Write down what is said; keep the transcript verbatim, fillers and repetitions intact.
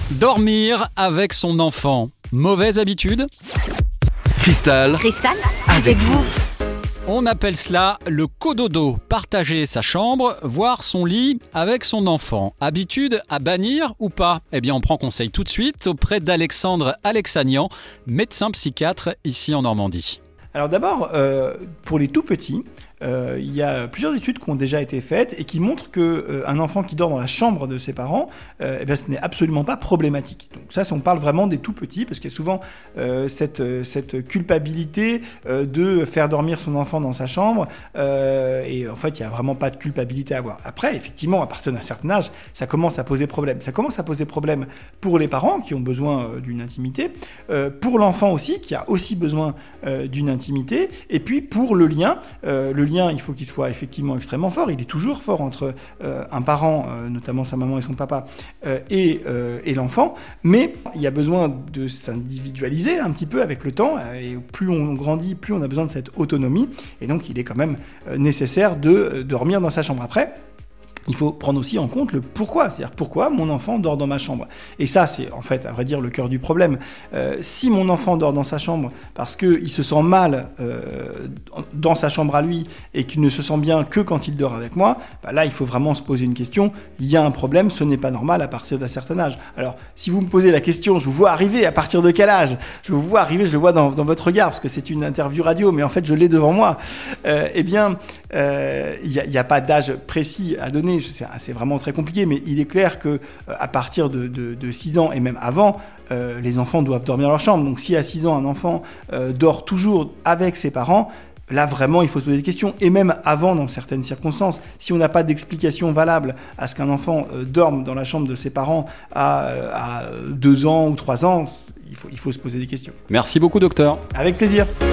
Dormir avec son enfant, mauvaise habitude ? Cristal, Cristal, avec vous. On appelle cela le cododo, partager sa chambre, voire son lit avec son enfant. Habitude à bannir ou pas ? Eh bien, on prend conseil tout de suite auprès d'Alexandre Alexanian, médecin psychiatre ici en Normandie. Alors d'abord, euh, pour les tout petits, euh, il y a plusieurs études qui ont déjà été faites et qui montrent qu'un euh, enfant qui dort dans la chambre de ses parents, euh, eh bien, ce n'est absolument pas problématique. Donc ça, on parle vraiment des tout petits, parce qu'il y a souvent euh, cette, cette culpabilité euh, de faire dormir son enfant dans sa chambre, euh, et en fait, il n'y a vraiment pas de culpabilité à avoir. Après, effectivement, à partir d'un certain âge, ça commence à poser problème. Ça commence à poser problème pour les parents qui ont besoin euh, d'une intimité, euh, pour l'enfant aussi, qui a aussi besoin euh, d'une intimité, et puis pour le lien, euh, le lien, il faut qu'il soit effectivement extrêmement fort. Il est toujours fort entre euh, un parent, euh, notamment sa maman et son papa, euh, et, euh, et l'enfant. Mais il y a besoin de s'individualiser un petit peu avec le temps. Et plus on grandit, plus on a besoin de cette autonomie. Et donc, il est quand même euh, nécessaire de euh, dormir dans sa chambre. Après, il faut prendre aussi en compte le pourquoi, c'est-à-dire pourquoi mon enfant dort dans ma chambre. Et ça, c'est en fait, à vrai dire, le cœur du problème. Euh, si mon enfant dort dans sa chambre parce qu'il se sent mal euh, dans sa chambre à lui et qu'il ne se sent bien que quand il dort avec moi, bah là, il faut vraiment se poser une question. Il y a un problème, ce n'est pas normal à partir d'un certain âge. Alors, si vous me posez la question, je vous vois arriver, à partir de quel âge ? Je vous vois arriver, je le vois dans, dans votre regard, parce que c'est une interview radio, mais en fait, je l'ai devant moi. Euh, eh bien, euh, il n'y a, a pas d'âge précis à donner. C'est, c'est vraiment très compliqué, mais il est clair que euh, à partir de, de, de six ans et même avant, euh, les enfants doivent dormir dans leur chambre. Donc si à six ans, un enfant euh, dort toujours avec ses parents, là vraiment il faut se poser des questions. Et même avant, dans certaines circonstances, si on n'a pas d'explication valable à ce qu'un enfant euh, dorme dans la chambre de ses parents à, à deux ans ou trois ans, il faut, il faut se poser des questions. Merci beaucoup, docteur. Avec plaisir.